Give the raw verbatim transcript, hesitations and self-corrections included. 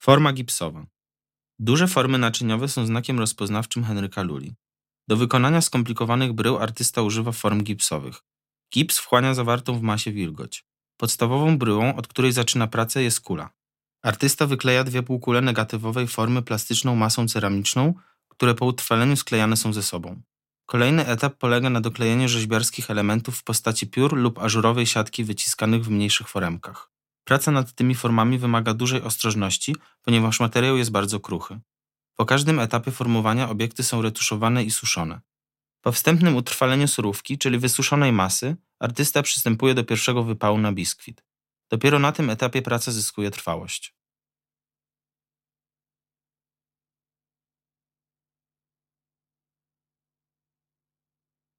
Forma gipsowa. Duże formy naczyniowe są znakiem rozpoznawczym Henryka Lully. Do wykonania skomplikowanych brył artysta używa form gipsowych. Gips wchłania zawartą w masie wilgoć. Podstawową bryłą, od której zaczyna pracę, jest kula. Artysta wykleja dwie półkule negatywowej formy plastyczną masą ceramiczną, które po utrwaleniu sklejane są ze sobą. Kolejny etap polega na doklejeniu rzeźbiarskich elementów w postaci piór lub ażurowej siatki wyciskanych w mniejszych foremkach. Praca nad tymi formami wymaga dużej ostrożności, ponieważ materiał jest bardzo kruchy. Po każdym etapie formowania obiekty są retuszowane i suszone. Po wstępnym utrwaleniu surówki, czyli wysuszonej masy, artysta przystępuje do pierwszego wypału na biskwit. Dopiero na tym etapie praca zyskuje trwałość.